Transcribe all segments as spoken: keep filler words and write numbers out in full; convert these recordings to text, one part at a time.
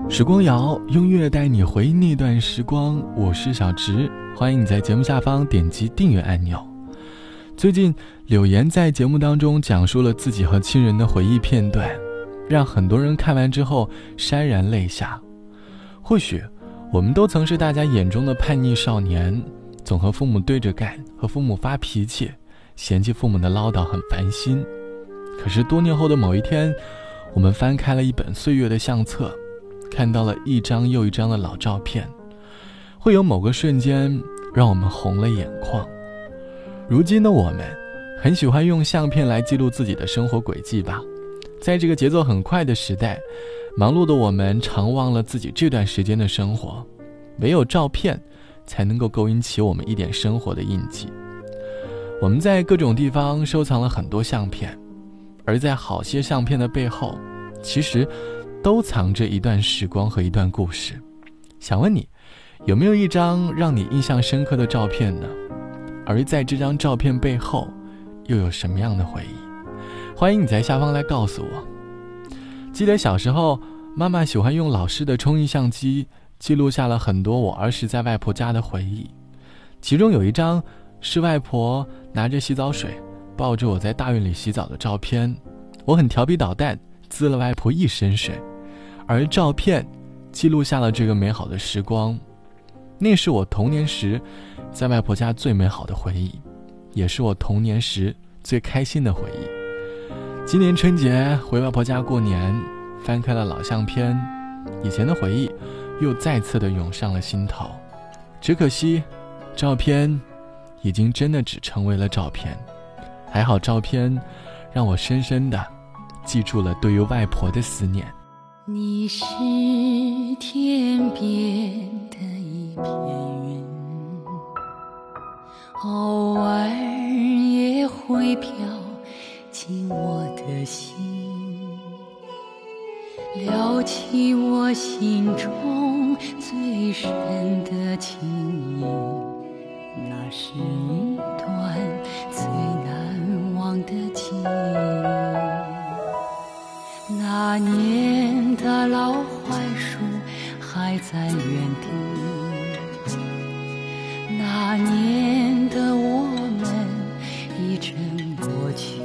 时光谣，音乐带你回忆那段时光，我是小直，欢迎你在节目下方点击订阅按钮。最近柳岩在节目当中讲述了自己和亲人的回忆片段，让很多人看完之后潸然泪下。或许我们都曾是大家眼中的叛逆少年，总和父母对着干，和父母发脾气，嫌弃父母的唠叨很烦心。可是多年后的某一天，我们翻开了一本岁月的相册，看到了一张又一张的老照片，会有某个瞬间让我们红了眼眶。如今的我们很喜欢用相片来记录自己的生活轨迹吧。在这个节奏很快的时代，忙碌的我们常忘了自己这段时间的生活，唯有照片才能够勾引起我们一点生活的印记。我们在各种地方收藏了很多相片，而在好些相片的背后，其实都藏着一段时光和一段故事。想问你，有没有一张让你印象深刻的照片呢？而在这张照片背后，又有什么样的回忆？欢迎你在下方来告诉我。记得小时候，妈妈喜欢用老式的冲印相机记录下了很多我儿时在外婆家的回忆，其中有一张是外婆拿着洗澡水抱着我在大院里洗澡的照片，我很调皮捣蛋，滋了外婆一身水，而照片记录下了这个美好的时光。那是我童年时在外婆家最美好的回忆，也是我童年时最开心的回忆。今年春节回外婆家过年，翻开了老相片，以前的回忆又再次的涌上了心头。只可惜照片已经真的只成为了照片，还好照片让我深深的记住了对于外婆的思念。 你是天边的一片云，偶尔也会飘进我的心，撩起我心中最深的情谊。那是一段最难忘的记忆。那年的老槐树还在原地，那年的我们已真过去，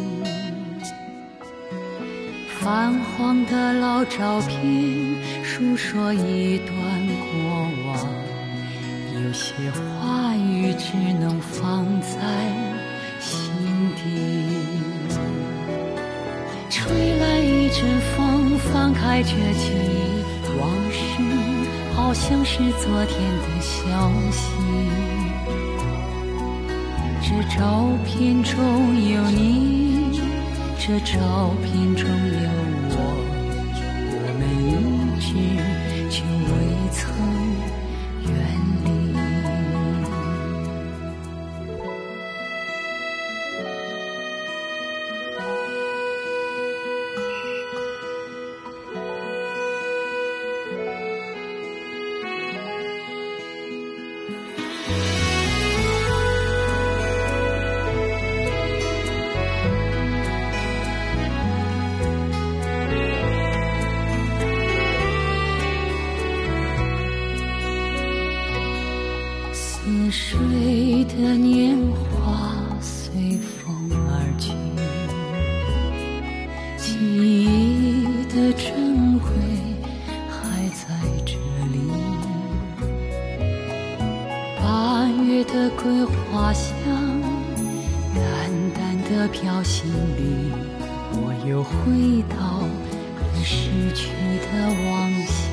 泛黄的老照片述说一段过往，有些话语只能放在心底。吹来一阵风，翻开这记忆，往事好像是昨天的消息。这照片中有你，这照片中有我，我们一直就未曾远离。似水的年华随风而去，记忆的珍贵还在这里。八月的桂花香淡淡的飘心里，我又回到了逝去的往昔。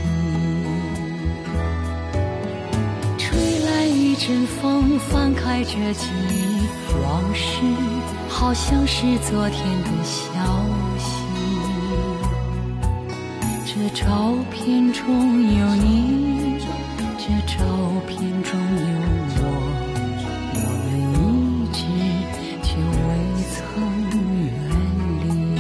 一阵风翻开这记忆，往事好像是昨天的消息。这照片中有你，这照片中有我，我们一直就未曾远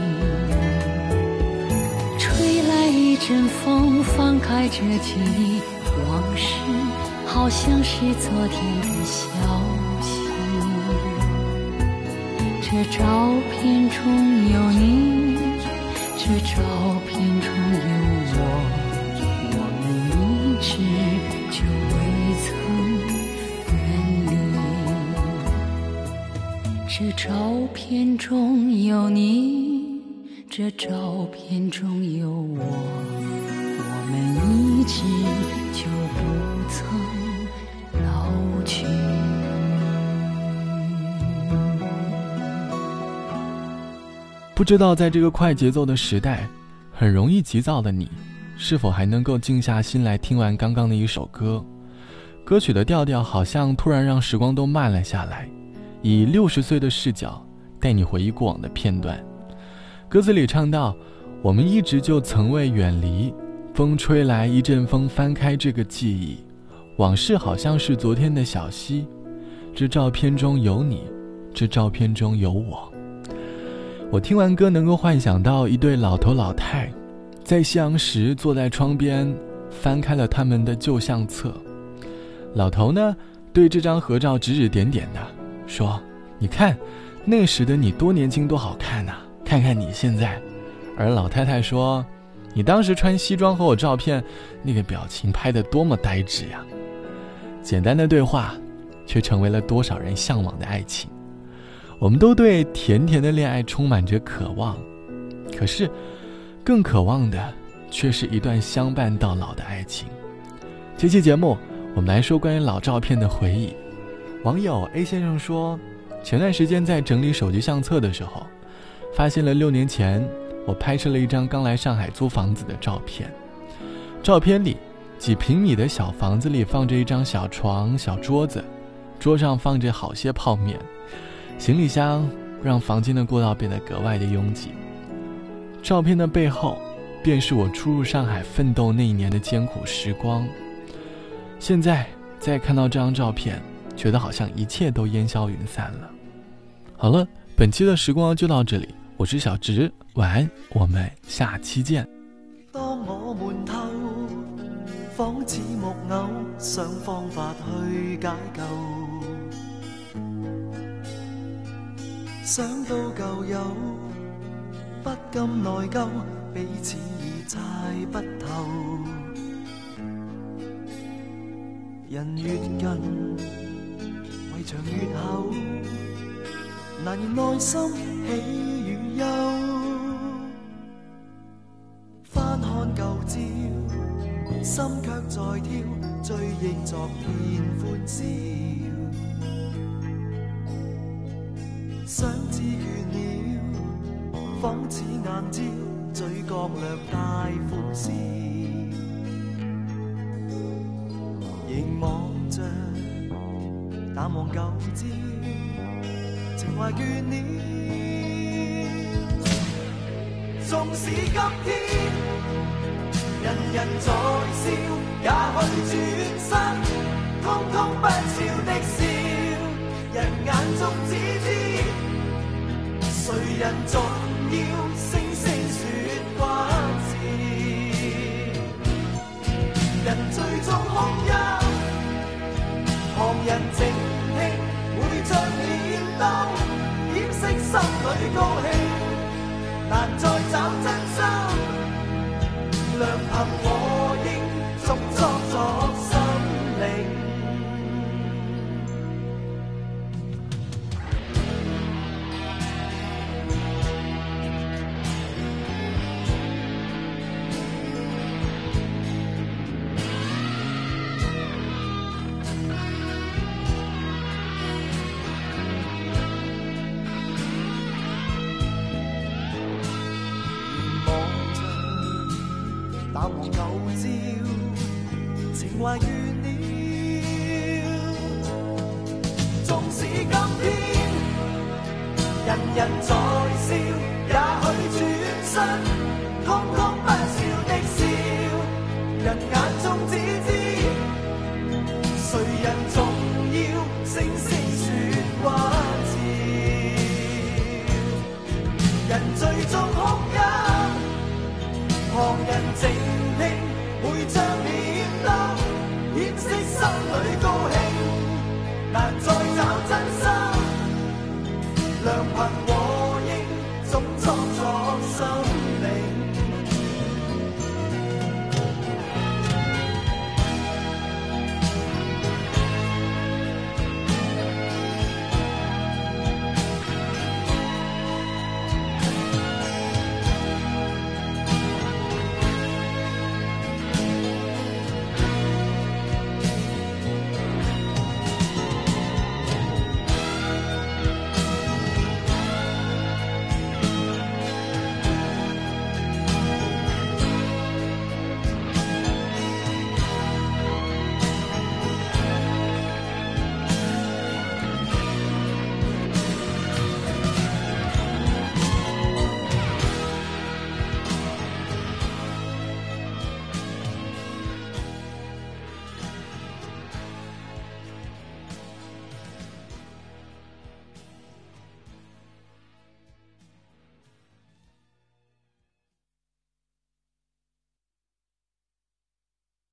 离。吹来一阵风翻开这记忆，往事好像是昨天的消息。这照片中有你，这照片中有我， 这照片中有你，这照片中有我，我们一直就不曾老去。 不知道在这个快节奏的时代，很容易急躁的你，是否还能够静下心来听完刚刚的一首歌？歌曲的调调好像突然让时光都慢了下来，以六十岁的视角带你回忆过往的片段。歌词里唱到，我们一直就曾未远离，风吹来一阵风翻开这个记忆，往事好像是昨天的小溪，这照片中有你，这照片中有我。我听完歌能够幻想到一对老头老太在夕阳时坐在窗边翻开了他们的旧相册，老头呢对这张合照指指点点的说，你看那时的你多年轻多好看啊，看看你现在。而老太太说，你当时穿西装和我照片那个表情拍得多么呆滞呀。简单的对话却成为了多少人向往的爱情。我们都对甜甜的恋爱充满着渴望，可是更渴望的却是一段相伴到老的爱情。这期节目我们来说关于老照片的回忆。网友 A 先生说，前段时间在整理手机相册的时候，发现了六年前我拍摄了一张刚来上海租房子的照片。照片里几平米的小房子里放着一张小床小桌子，桌上放着好些泡面，行李箱让房间的过道变得格外的拥挤。照片的背后便是我初入上海奋斗那一年的艰苦时光。现在再看到这张照片，觉得好像一切都烟消云散了。好了，本期的时光就到这里，我是小直，晚安，我们下期见。 當我悶透，仿似木偶，想方法去解救。想到舊友，不禁內疚，彼此已猜不透。人越近，圍牆越厚，難言內心喜與憂。翻看舊照，心卻在跳，追憶昨天歡笑。想知倦了，仿似眼焦，嘴角略帶苦笑。凝望着，淡忘舊照，情懷倦了。縱使今天人人在笑，也許轉身，通通不笑的笑。人眼中只知，誰人重要？聲聲說關事，人最終空泣。旁人靜聽，會將臉兜，掩飾心裏高興，難再找真心。良朋和應，總裝作心靈。淡忘舊照，情懷倦了。縱使今天人人在笑，也許轉身，通通不笑的笑。人眼中只知，誰人重要？聲聲說關照，人最終空泣。旁人靜聽，會將臉兜，掩飾心裏高興，難再找真心。良朋和應，總裝作心靈。